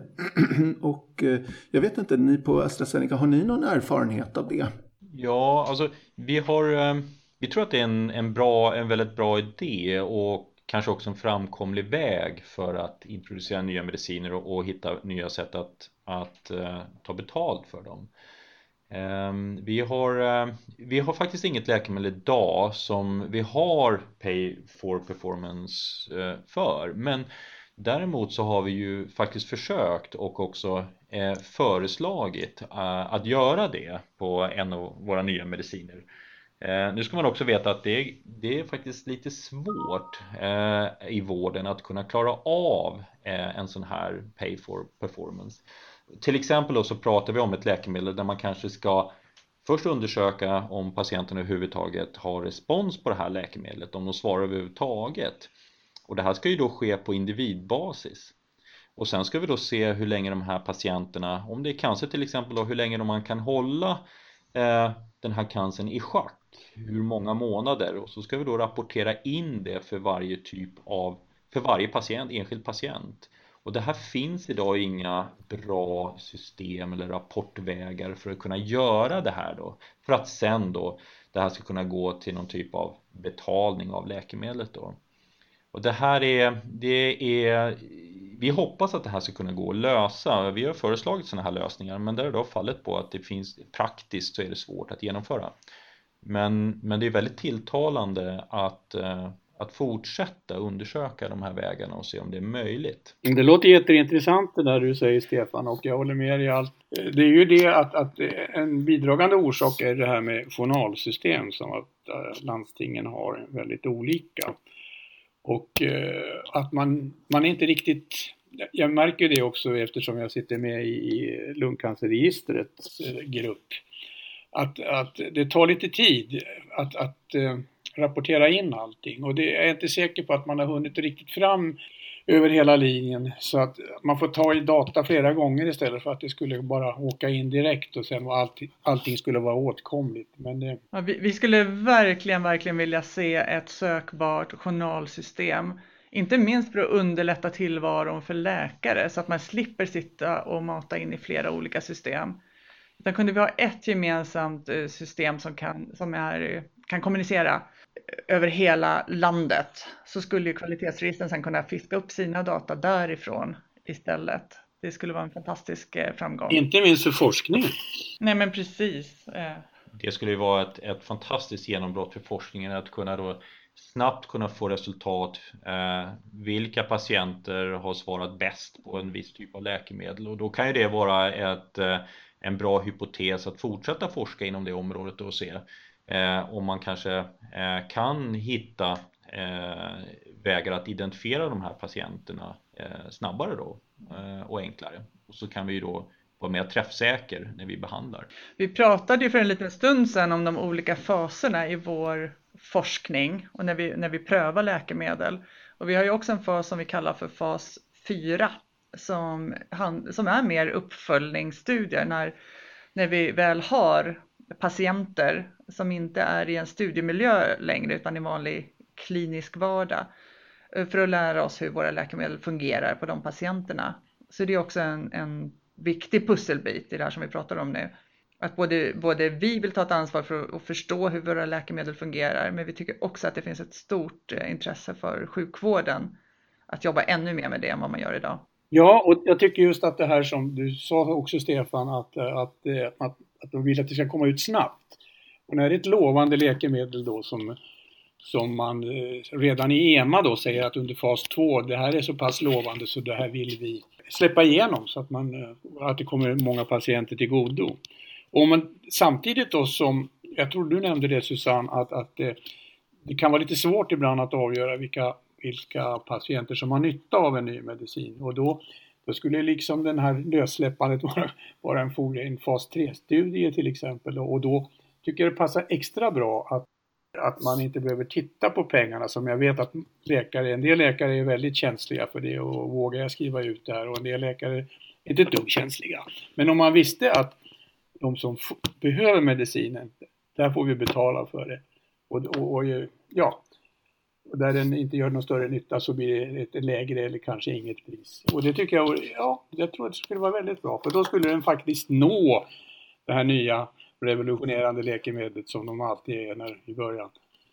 och eh, jag vet inte, ni på AstraZeneca, har ni någon erfarenhet av det? Ja, alltså vi har, vi tror att det är en, en, bra, en väldigt bra idé och kanske också en framkomlig väg för att introducera nya mediciner och, och hitta nya sätt att, att uh, ta betalt för dem. Um, vi, har, uh, vi har faktiskt inget läkemedel idag som vi har pay for performance uh, för. Men däremot så har vi ju faktiskt försökt och också uh, föreslagit uh, att göra det på en av våra nya mediciner. Eh, nu ska man också veta att det, det är faktiskt lite svårt eh, i vården att kunna klara av eh, en sån här pay for performance. Till exempel då så pratar vi om ett läkemedel där man kanske ska först undersöka om patienten överhuvudtaget har respons på det här läkemedlet, om de svarar överhuvudtaget. Och det här ska ju då ske på individbasis. Och sen ska vi då se hur länge de här patienterna, om det är cancer till exempel då, hur länge man kan hålla eh, den här cancern i schack. Hur många månader, och så ska vi då rapportera in det för varje typ av, för varje patient, enskild patient. Och det här finns idag inga bra system eller rapportvägar för att kunna göra det här då, för att sen då det här ska kunna gå till någon typ av betalning av läkemedlet då. Och det här är, det är, vi hoppas att det här ska kunna gå att lösa. Vi har föreslagit sådana här lösningar, men där är då fallet på att det finns praktiskt så är det svårt att genomföra. Men, men det är väldigt tilltalande att, att fortsätta undersöka de här vägarna och se om det är möjligt. Det låter jätteintressant det där du säger, Stefan, och jag håller med dig i allt. Det är ju det att, att en bidragande orsak är det här med journalsystem som att landstingen har väldigt olika. Och eh, att man, man är inte riktigt, jag märker det också eftersom jag sitter med i lungcancerregistrets eh, grupp, att, att det tar lite tid att, att eh, rapportera in allting, och det är jag inte säker på att man har hunnit riktigt fram över hela linjen, så att man får ta i data flera gånger istället för att det skulle bara åka in direkt och sen var allting, allting skulle vara åtkomligt. Men det... ja, vi, vi skulle verkligen, verkligen vilja se ett sökbart journalsystem. Inte minst för att underlätta tillvaron för läkare så att man slipper sitta och mata in i flera olika system. Utan kunde vi ha ett gemensamt system som kan, som är, kan kommunicera över hela landet, så skulle ju kvalitetsregistren sen kunna fiska upp sina data därifrån istället. Det skulle vara en fantastisk framgång. Inte minst för forskning. Nej, men precis. Det skulle ju vara ett, ett fantastiskt genombrott för forskningen att kunna då snabbt kunna få resultat. Eh, vilka patienter har svarat bäst på en viss typ av läkemedel, och då kan ju det vara ett, en bra hypotes att fortsätta forska inom det området och se eh, om man kanske eh, kan hitta eh, vägar att identifiera de här patienterna eh, snabbare då eh, och enklare. Och så kan vi ju då vara mer träffsäker när vi behandlar. Vi pratade ju för en liten stund sedan om de olika faserna i vår forskning och när vi, när vi prövar läkemedel. Och vi har ju också en fas som vi kallar för fas fyra som, som är mer uppföljningsstudier när, när vi väl har patienter som inte är i en studiemiljö längre utan i vanlig klinisk vardag för att lära oss hur våra läkemedel fungerar på de patienterna. Så det är också en, en viktig pusselbit i det här som vi pratar om nu. Att både, både vi vill ta ett ansvar för att förstå hur våra läkemedel fungerar, men vi tycker också att det finns ett stort intresse för sjukvården att jobba ännu mer med det än vad man gör idag. Ja, och jag tycker just att det här som du sa också Stefan, att, att, att, att de vill att det ska komma ut snabbt. Och när det är ett lovande läkemedel då som, som man redan i E M A då säger att under fas två, det här är så pass lovande så det här vill vi släppa igenom så att, man, att det kommer många patienter till godo. Och man, samtidigt då som, jag tror du nämnde det Susanne, att, att det, det kan vara lite svårt ibland att avgöra vilka, vilka patienter som har nytta av en ny medicin. Och då, då skulle liksom den här lössläppandet vara, vara en, en fas tre-studie till exempel. Och då tycker jag det passar extra bra att, att man inte behöver titta på pengarna, som jag vet att läkare, en del läkare är väldigt känsliga för det och vågar jag skriva ut det här, och en del läkare är inte ett dugg känsliga. Men om man visste att de som f- behöver medicinen, där får vi betala för det. Och, och, och ja, och där den inte gör någon större nytta så blir det ett lägre eller kanske inget pris. Och det tycker jag, ja, jag tror att det skulle vara väldigt bra. För då skulle den faktiskt nå det här nya revolutionerande läkemedlet som de alltid är när i början.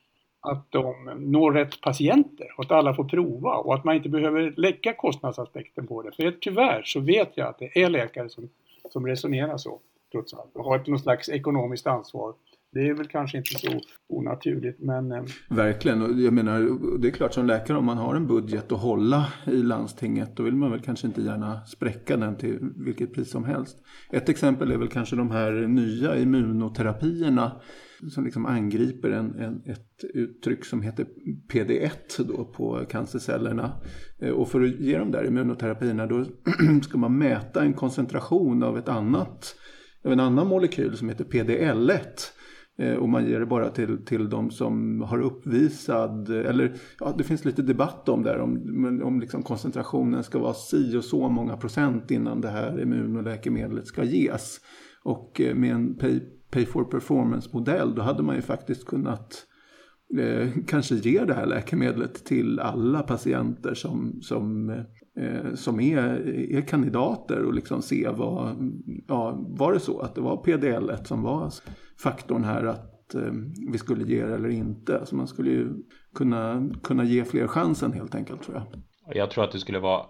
Att de når rätt patienter och att alla får prova och att man inte behöver lägga kostnadsaspekten på det. För tyvärr så vet jag att det är läkare som, som resonerar så. Trots allt. Och har ett någon slags ekonomiskt ansvar. Det är väl kanske inte så onaturligt, men... Verkligen, och jag menar, det är klart som läkare, om man har en budget att hålla i landstinget, då vill man väl kanske inte gärna spräcka den till vilket pris som helst. Ett exempel är väl kanske de här nya immunoterapierna som liksom angriper en, en, ett uttryck som heter P D ett då på cancercellerna. Och för att ge de där immunoterapierna då ska man mäta en koncentration av ett annat av en annan molekyl som heter P D L ett. Och man ger det bara till, till de som har uppvisad, eller ja, det finns lite debatt om det, om, om liksom koncentrationen ska vara si och så många procent innan det här immunoläkemedlet ska ges. Och med en pay, pay for performance-modell då hade man ju faktiskt kunnat eh, kanske ge det här läkemedlet till alla patienter som, som, eh, som är, är kandidater och liksom se vad, ja, var det så att det var P D L ett som var faktorn här att eh, vi skulle ge det eller inte. Alltså man skulle ju kunna, kunna ge fler chansen helt enkelt, tror jag. Jag tror att det skulle vara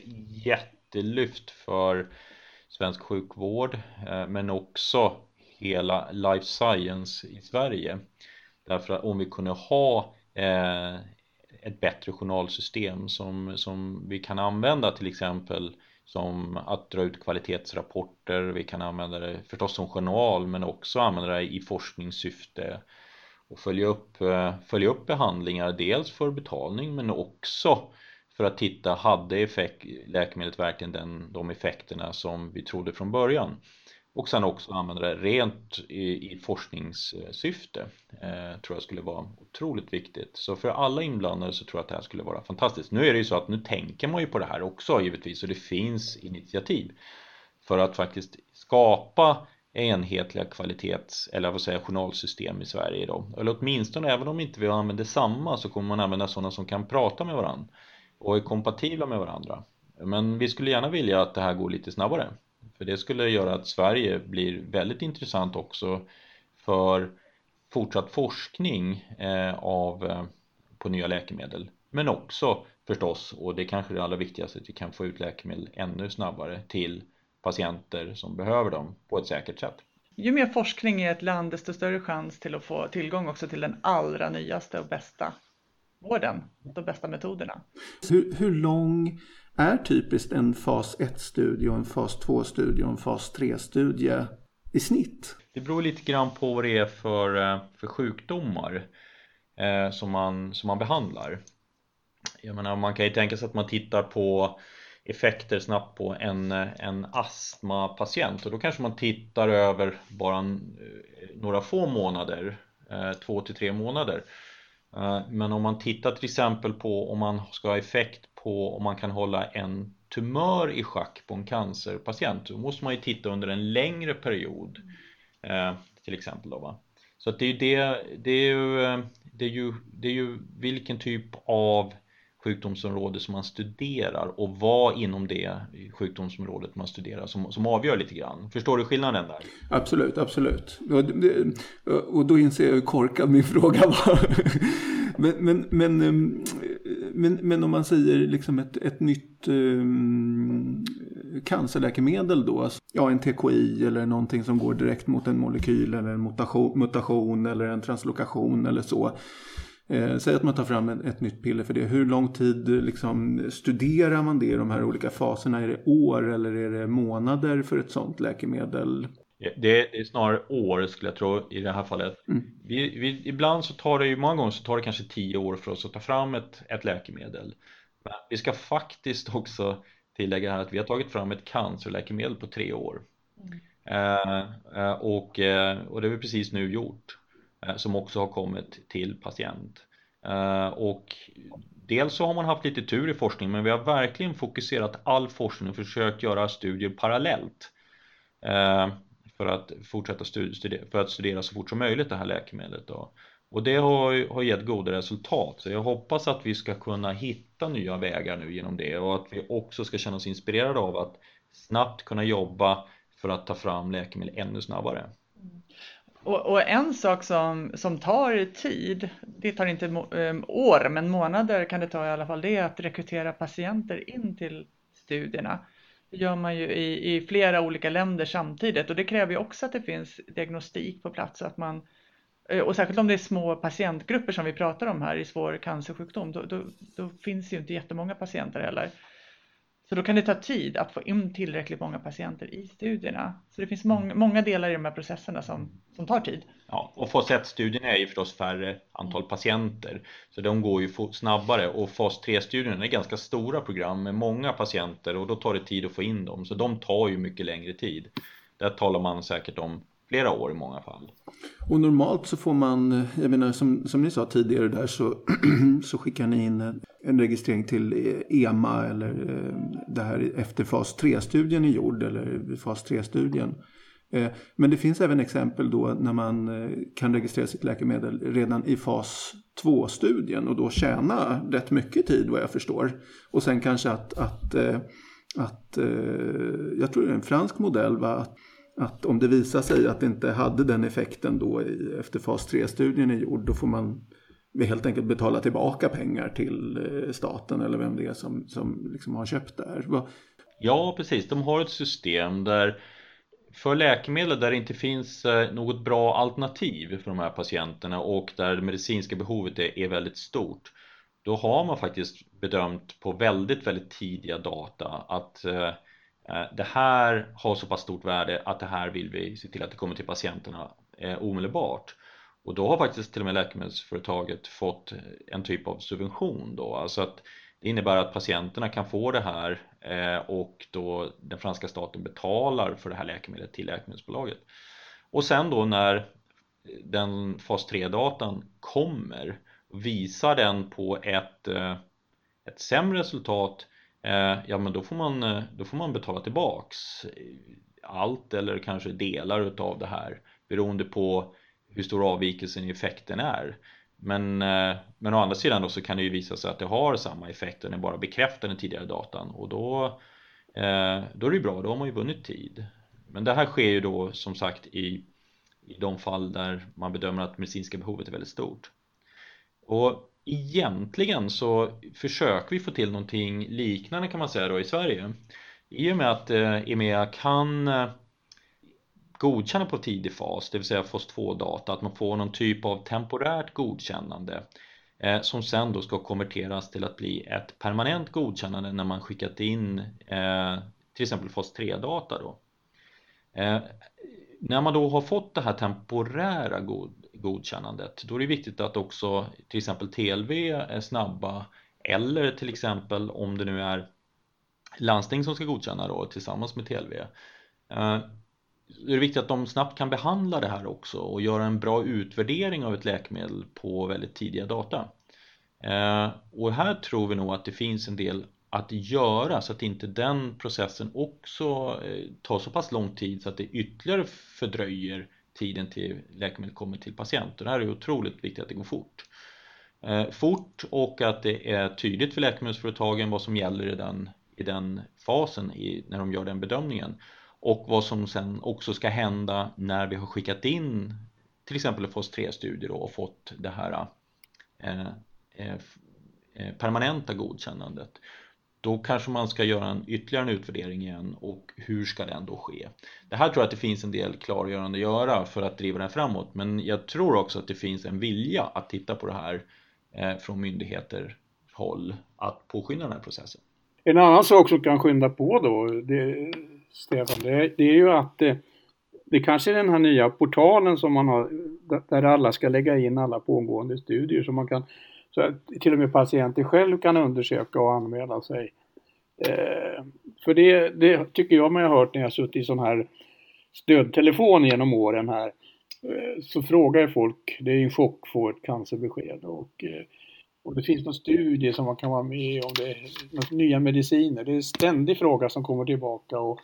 jättelyft för svensk sjukvård eh, men också hela life science i Sverige. Därför att om vi kunde ha eh, ett bättre journalsystem som, som vi kan använda till exempel som att dra ut kvalitetsrapporter, vi kan använda det förstås som journal men också använda det i forskningssyfte och följa upp, följa upp behandlingar dels för betalning men också för att titta, hade effekt, läkemedlet verkligen den, de effekterna som vi trodde från början. Och sen också använda det rent i, i forskningssyfte eh, tror jag skulle vara otroligt viktigt. Så för alla inblandade så tror jag att det här skulle vara fantastiskt. Nu är det ju så att nu tänker man ju på det här också givetvis och det finns initiativ för att faktiskt skapa enhetliga kvalitets- eller vad säger journalsystem i Sverige då. Eller åtminstone även om inte vi använder samma så kommer man använda sådana som kan prata med varandra och är kompatibla med varandra. Men vi skulle gärna vilja att det här går lite snabbare. För det skulle göra att Sverige blir väldigt intressant också för fortsatt forskning eh, av, eh, på nya läkemedel. Men också förstås, och det är kanske det allra viktigaste, att vi kan få ut läkemedel ännu snabbare till patienter som behöver dem på ett säkert sätt. Ju mer forskning i ett land desto större chans till att få tillgång också till den allra nyaste och bästa vården, de bästa metoderna. Hur, hur lång är typiskt en fas ett-studie och en fas två-studie och en fas tre-studie i snitt? Det beror lite grann på vad det är för, för sjukdomar eh, som, man, som man behandlar. Jag menar, man kan ju tänka sig att man tittar på effekter snabbt på en, en astmapatient, och då kanske man tittar över bara en, några få månader, eh, två till tre månader. Eh, men om man tittar till exempel på om man ska ha effekt på om man kan hålla en tumör i schack på en cancerpatient, då måste man ju titta under en längre period, eh, till exempel då, va? Så att det är ju det, det är ju, det är ju, det är ju vilken typ av sjukdomsområde som man studerar och vad inom det sjukdomsområdet man studerar som, som avgör lite grann. Förstår du skillnaden där? Absolut, absolut. Och, det, och då inser jag hur korkad min fråga var. men, men, men, men, men om man säger liksom ett, ett nytt um, cancerläkemedel då, ja, en T K I eller någonting som går direkt mot en molekyl eller en mutation, mutation eller en translokation eller så. Eh, säg att man tar fram ett, ett nytt piller för det. Hur lång tid liksom, studerar man det i de här olika faserna? Är det år eller är det månader för ett sånt läkemedel? Det, det är snarare år skulle jag tro i det här fallet. Mm. Vi, vi, ibland så tar det ju, många gånger så tar det kanske tio år för oss att ta fram ett, ett läkemedel. Men vi ska faktiskt också tillägga här att vi har tagit fram ett cancerläkemedel på tre år. Mm. Eh, och, och det har vi precis nu gjort. Som också har kommit till patient. Och dels så har man haft lite tur i forskning, men vi har verkligen fokuserat all forskning och försökt göra studier parallellt för att fortsätta studera, för att studera så fort som möjligt det här läkemedlet då. Och det har, har gett goda resultat, så jag hoppas att vi ska kunna hitta nya vägar nu genom det, och att vi också ska känna oss inspirerade av att snabbt kunna jobba för att ta fram läkemedel ännu snabbare. Och, och en sak som, som tar tid, det tar inte må, um, år men månader kan det ta i alla fall, det är att rekrytera patienter in till studierna. Det gör man ju i, i flera olika länder samtidigt, och det kräver ju också att det finns diagnostik på plats. Att man, och särskilt om det är små patientgrupper som vi pratar om här i svår cancersjukdom, då, då, då finns ju inte jättemånga patienter heller. Så då kan det ta tid att få in tillräckligt många patienter i studierna. Så det finns många, många delar i de här processerna som, som tar tid. Ja, och fas ett-studierna är ju förstås färre antal patienter. Så de går ju snabbare, och fas tre-studierna är ganska stora program med många patienter, och då tar det tid att få in dem. Så de tar ju mycket längre tid. Där talar man säkert om flera år i många fall. Och normalt så får man, jag menar som, som ni sa tidigare där, så, så skickar ni in en, en registrering till E M A eller det här efter fas tre-studien är gjord, eller fas tre-studien. Men det finns även exempel då när man kan registrera sitt läkemedel redan i fas två-studien och då tjäna rätt mycket tid vad jag förstår. Och sen kanske att, att, att jag tror det är en fransk modell, va? Att Att om det visar sig att det inte hade den effekten då i, efter fas tre-studien är gjord, då får man helt enkelt betala tillbaka pengar till staten eller vem det är som, som liksom har köpt det här. Ja, precis. De har ett system där för läkemedel där det inte finns något bra alternativ för de här patienterna och där det medicinska behovet är, är väldigt stort. Då har man faktiskt bedömt på väldigt, väldigt tidiga data att det här har så pass stort värde att det här vill vi se till att det kommer till patienterna eh, omedelbart. Och då har faktiskt till och med läkemedelsföretaget fått en typ av subvention då. Alltså att det innebär att patienterna kan få det här eh, och då den franska staten betalar för det här läkemedlet till läkemedelsbolaget. Och sen då när den fas tre-datan kommer, visar den på ett, eh, ett sämre resultat, ja, men då får man, då får man betala tillbaks allt eller kanske delar utav det här beroende på hur stor avvikelsen i effekten är. Men, men å andra sidan då så kan det ju visa sig att det har samma effekt, den är bara bekräftar den tidigare datan, och då, då är det ju bra, då har man ju vunnit tid. Men det här sker ju då som sagt i, i de fall där man bedömer att medicinska behovet är väldigt stort. Och egentligen så försöker vi få till någonting liknande kan man säga då i Sverige. I och med att E M E A kan godkänna på tidig fas, det vill säga fas två-data, att man får någon typ av temporärt godkännande. eh, som sen då ska konverteras till att bli ett permanent godkännande när man skickat in eh, till exempel fas tre data då. Eh, när man då har fått det här temporära god, godkännandet, då är det viktigt att också till exempel T L V är snabba, eller till exempel om det nu är landsting som ska godkänna då tillsammans med T L V, eh, det är viktigt att de snabbt kan behandla det här också och göra en bra utvärdering av ett läkemedel på väldigt tidiga data. Eh, och här tror vi nog att det finns en del att göra så att inte den processen också eh, tar så pass lång tid så att det ytterligare fördröjer tiden till läkemedel kommer till patient. Och det här är otroligt viktigt att det går fort. Eh, fort och att det är tydligt för läkemedelsföretagen vad som gäller i den, i den fasen i, när de gör den bedömningen. Och vad som sen också ska hända när vi har skickat in till exempel fas tre studier och fått det här eh, eh, permanenta godkännandet. Då kanske man ska göra en ytterligare en utvärdering igen, och hur ska den då ske? Det här tror jag att det finns en del klargörande att göra för att driva den framåt, men jag tror också att det finns en vilja att titta på det här eh, från myndigheter håll att påskynda den här processen. En annan sak som kan skynda på då, det, Stefan, det, det är ju att det, det kanske är den här nya portalen som man har, där alla ska lägga in alla pågående studier, så man kan, så att till och med patienter själv kan undersöka och anmäla sig. Eh, för det, det tycker jag man har hört när jag har suttit i sån här stödtelefon genom åren här. Eh, så frågar folk, det är en chock att få ett cancerbesked, och eh, och det finns någon studie som man kan vara med om, det är nya mediciner. Det är en ständig fråga som kommer tillbaka, och,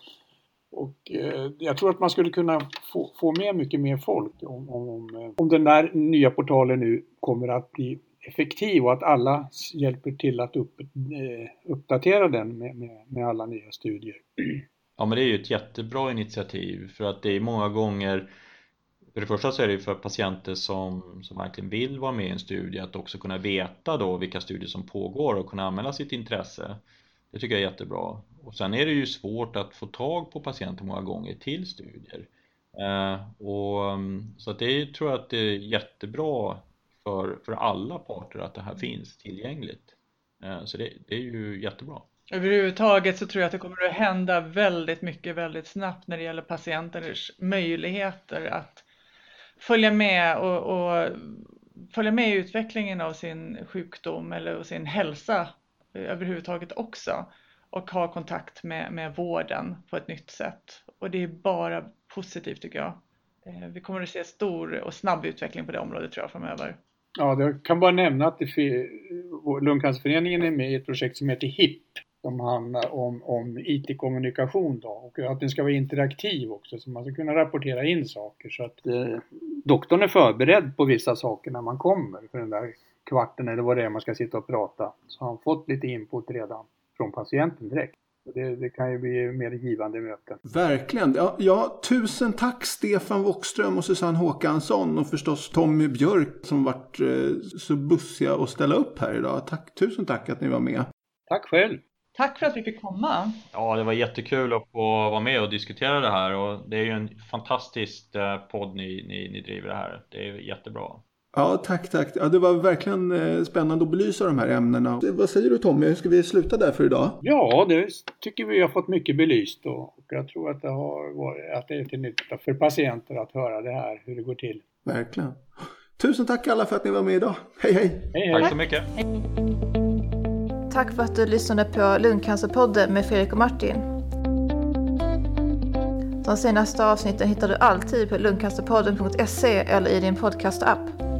och eh, jag tror att man skulle kunna få, få med mycket mer folk om, om, om den där nya portalen nu kommer att bli effektiv, och att alla hjälper till att upp, eh, uppdatera den med, med, med alla nya studier. Ja, men det är ju ett jättebra initiativ, för att det är många gånger, för det första så är det för patienter som, som verkligen vill vara med i en studie att också kunna veta då vilka studier som pågår och kunna anmäla sitt intresse. Det tycker jag är jättebra. Och sen är det ju svårt att få tag på patienter många gånger till studier. Eh, och, så att det tror jag att det är jättebra för, för alla parter att det här finns tillgängligt. Eh, så det, det är ju jättebra. Överhuvudtaget så tror jag att det kommer att hända väldigt mycket väldigt snabbt när det gäller patienters möjligheter att följa med och, och följa med i utvecklingen av sin sjukdom eller sin hälsa överhuvudtaget också, och ha kontakt med, med vården på ett nytt sätt. Och det är bara positivt tycker jag. Vi kommer att se stor och snabb utveckling på det området tror jag framöver. Ja, jag kan bara nämna att Lungcancerföreningen är med i ett projekt som heter H I P, som handlar om, om I T-kommunikation då, och att den ska vara interaktiv också, så man ska kunna rapportera in saker, så att eh, doktorn är förberedd på vissa saker när man kommer för den där kvarten eller vad det är man ska sitta och prata. Så har han fått lite input redan från patienten direkt. Det, det kan ju bli mer givande möten. Verkligen. Ja, ja, tusen tack Stefan Wåckström och Susanne Håkansson, och förstås Tommy Björk som varit eh, så bussiga att ställa upp här idag. Tack, tusen tack att ni var med. Tack själv. Tack för att vi fick komma. Ja, det var jättekul att få vara med och diskutera det här, och det är ju en fantastisk podd ni, ni, ni driver det här. Det är jättebra. Ja, tack, tack. Ja, det var verkligen eh, spännande att belysa de här ämnena. Vad säger du Tommy? Ska vi sluta där för idag? Ja, det tycker vi har fått mycket belyst, och jag tror att det, har varit, att det är till nytta för patienter att höra det här, hur det går till. Verkligen. Tusen tack alla för att ni var med idag. Hej, hej! Hej, hej. Tack så mycket! Hej. Tack för att du lyssnade på Lungcancerpodden med Fredrik och Martin. De senaste avsnitten hittar du alltid på lungcancerpodden punkt se eller i din podcast-app.